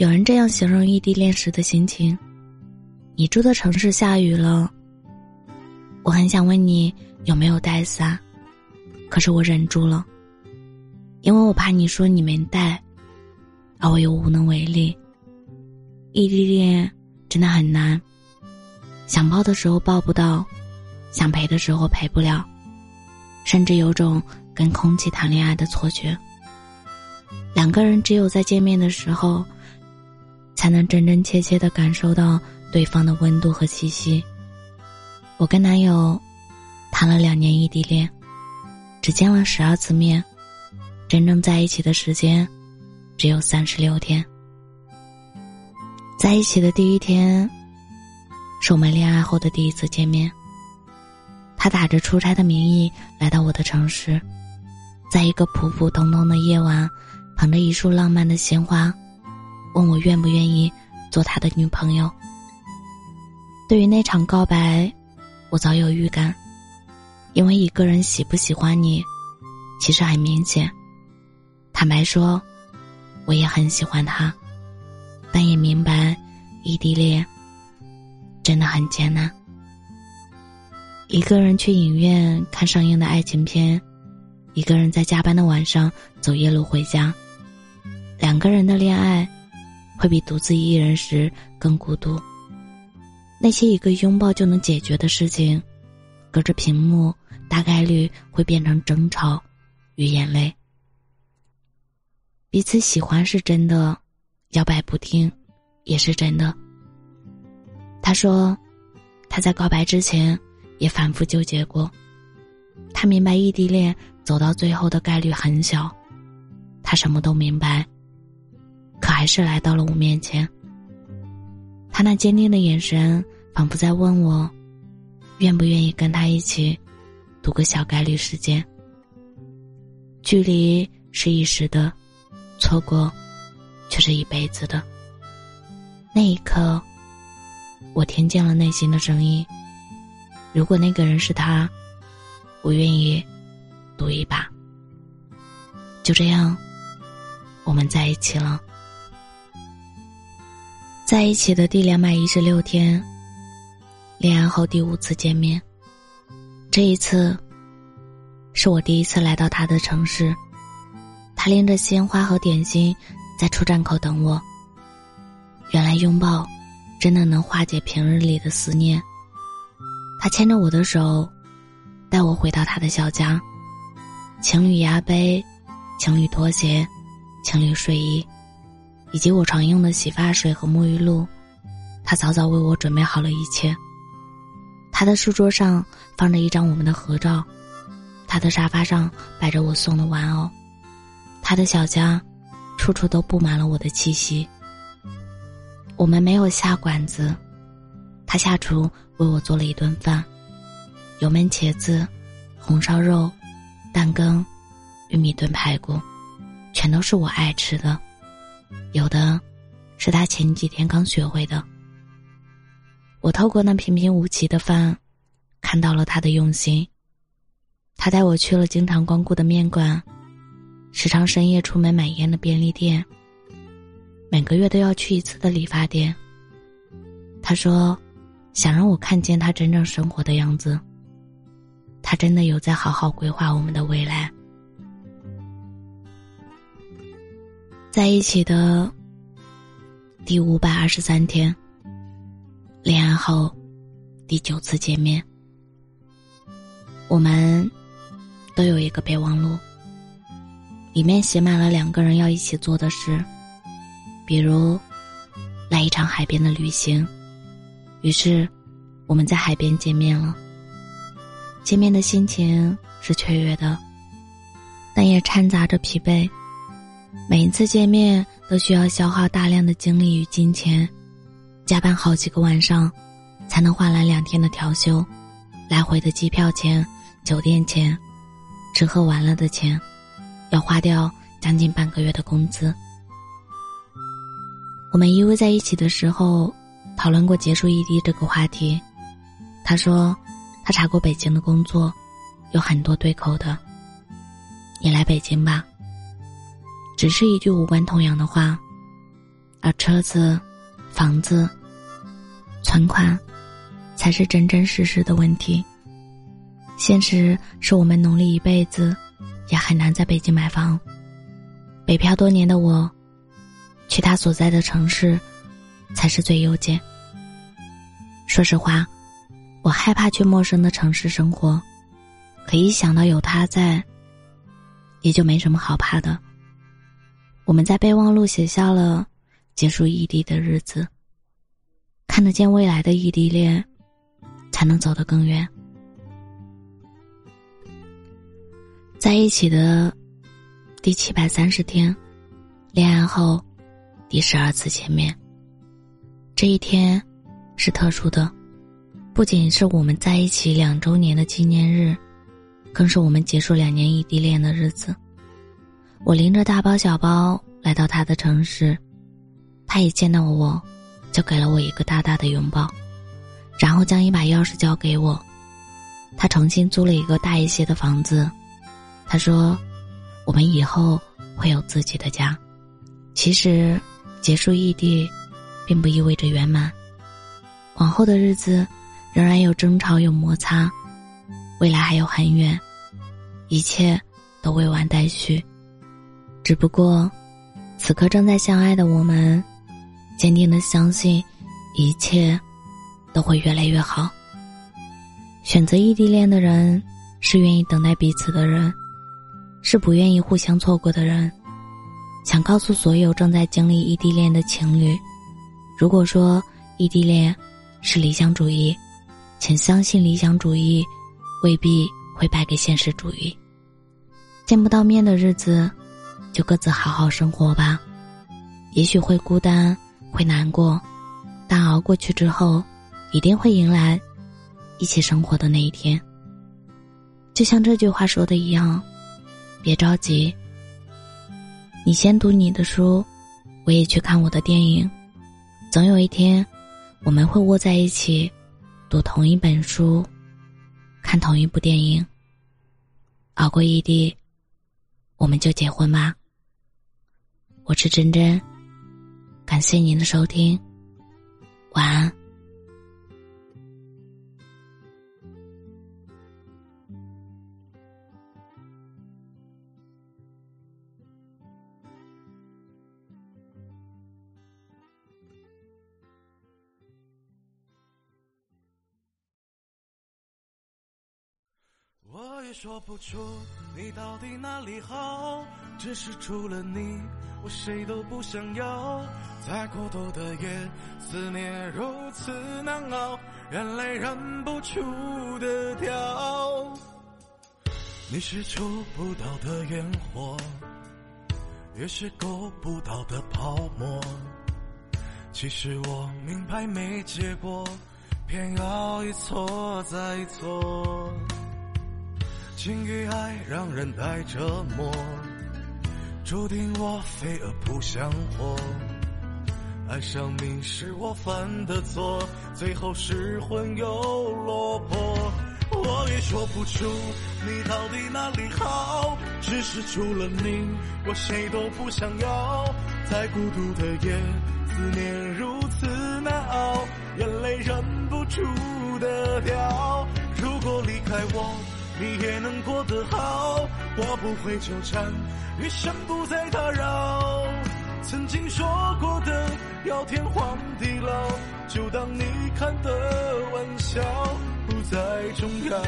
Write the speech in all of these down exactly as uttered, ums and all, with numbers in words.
有人这样形容异地恋时的心情：你住的城市下雨了，我很想问你有没有带伞，可是我忍住了，因为我怕你说你没带，而我又无能为力。异地恋真的很难，想抱的时候抱不到，想陪的时候陪不了，甚至有种跟空气谈恋爱的错觉。两个人只有在见面的时候，才能真真切切地感受到对方的温度和气息。我跟男友谈了两年异地恋，只见了十二次面，真正在一起的时间只有三十六天。在一起的第一天，是我们恋爱后的第一次见面。他打着出差的名义来到我的城市，在一个普普通通的夜晚，捧着一束浪漫的鲜花，问我愿不愿意做他的女朋友。对于那场告白，我早有预感，因为一个人喜不喜欢你其实很明显。坦白说，我也很喜欢他，但也明白异地恋真的很艰难。一个人去影院看上映的爱情片，一个人在加班的晚上走夜路回家。两个人的恋爱会比独自一人时更孤独。那些一个拥抱就能解决的事情，隔着屏幕大概率会变成争吵与眼泪。彼此喜欢是真的，摇摆不定也是真的。他说他在告白之前也反复纠结过，他明白异地恋走到最后的概率很小，他什么都明白，可还是来到了我面前。他那坚定的眼神仿佛在问我愿不愿意跟他一起度个小概率事件。距离是一时的，错过却是一辈子的。那一刻我听见了内心的声音，如果那个人是他，我愿意赌一把。就这样我们在一起了。在一起的第两百一十六天，恋爱后第五次见面。这一次是我第一次来到他的城市，他拎着鲜花和点心在出站口等我。原来拥抱真的能化解平日里的思念。他牵着我的手带我回到他的小家，情侣牙杯、情侣拖鞋、情侣睡衣，以及我常用的洗发水和沐浴露，他早早为我准备好了一切。他的书桌上放着一张我们的合照，他的沙发上摆着我送的玩偶，他的小家处处都布满了我的气息。我们没有下馆子，他下厨为我做了一顿饭，油焖茄子、红烧肉、蛋羹、玉米炖排骨，全都是我爱吃的，有的是他前几天刚学会的。我透过那平平无奇的饭看到了他的用心。他带我去了经常光顾的面馆，时常深夜出门买烟的便利店，每个月都要去一次的理发店。他说想让我看见他真正生活的样子，他真的有在好好规划我们的未来。在一起的第五百二十三天，恋爱后第九次见面。我们都有一个备忘录，里面写满了两个人要一起做的事，比如来一场海边的旅行。于是我们在海边见面了。见面的心情是雀跃的，但也掺杂着疲惫。每一次见面都需要消耗大量的精力与金钱，加班好几个晚上才能换来两天的调休，来回的机票钱、酒店钱、吃喝玩乐的钱，要花掉将近半个月的工资。我们依偎在一起的时候讨论过结束异地这个话题。他说他查过北京的工作，有很多对口的，你来北京吧。只是一句无关痛痒的话， 而车子、房子、存款才是真真实实的问题。现实是我们努力一辈子也很难在北京买房。北漂多年的我，去他所在的城市才是最优解。说实话，我害怕去陌生的城市生活，可一想到有他在，也就没什么好怕的。我们在备忘录写下了结束异地的日子，看得见未来的异地恋，才能走得更远。在一起的第七百三十天，恋爱后第十二次见面。这一天是特殊的，不仅是我们在一起两周年的纪念日，更是我们结束两年异地恋的日子。我拎着大包小包来到他的城市，他一见到我就给了我一个大大的拥抱，然后将一把钥匙交给我。他重新租了一个大一些的房子，他说我们以后会有自己的家。其实结束异地并不意味着圆满，往后的日子仍然有争吵有摩擦，未来还有很远，一切都未完待续。只不过此刻正在相爱的我们，坚定地相信一切都会越来越好。选择异地恋的人是愿意等待彼此的人，是不愿意互相错过的人。想告诉所有正在经历异地恋的情侣，如果说异地恋是理想主义，请相信理想主义未必会败给现实主义。见不到面的日子，就各自好好生活吧。也许会孤单，会难过，但熬过去之后，一定会迎来一起生活的那一天。就像这句话说的一样，别着急，你先读你的书，我也去看我的电影，总有一天我们会窝在一起，读同一本书，看同一部电影。熬过异地，我们就结婚吧。我是真真，感谢您的收听，晚安。 我也说不出你到底哪里好，只是除了你我谁都不想要。在孤独的夜，思念如此难熬，眼泪忍不住的掉。你是触不到的烟火，也是够不到的泡沫。其实我明白没结果，偏要一错再错。情与爱让人太折磨，注定我飞蛾扑向火。爱上你是我犯的错，最后失魂又落魄。我也说不出你到底哪里好，只是除了你我谁都不想要。在孤独的夜，思念如此难熬，眼泪忍不住的掉。如果离开我你也能过得好，我不会纠缠，余生不再打扰。曾经说过的要天荒地老，就当你开的玩笑，不再重要。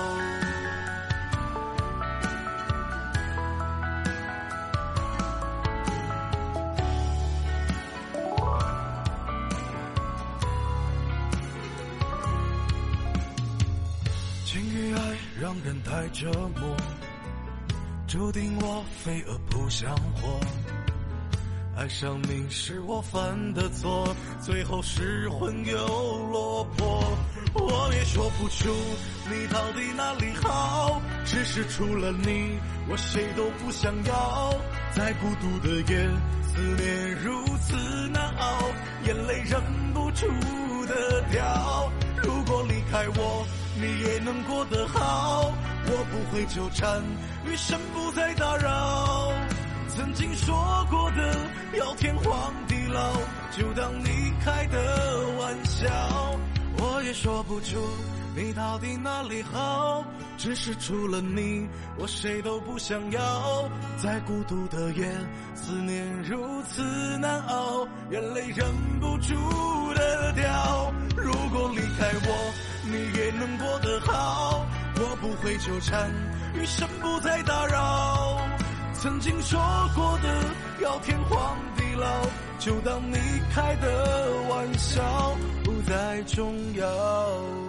情与爱让人太折磨，注定我飞蛾扑向火。爱上你是我犯的错，最后失魂又落魄。我也说不出你到底哪里好，只是除了你我谁都不想要。在孤独的夜，思念如此难熬，眼泪忍不住的掉。如果离开我你也能过得好，我不会纠缠，余生不再打扰。 曾经说过的要天荒地老，就当你开的玩笑。我也说不出你到底哪里好，只是除了你我谁都不想要。在孤独的夜，思念如此难熬，眼泪忍不住的掉。如果离开我你也能过得好，我不会纠缠，余生不再打扰。曾经说过的要天荒地老，就当你开的玩笑不再重要。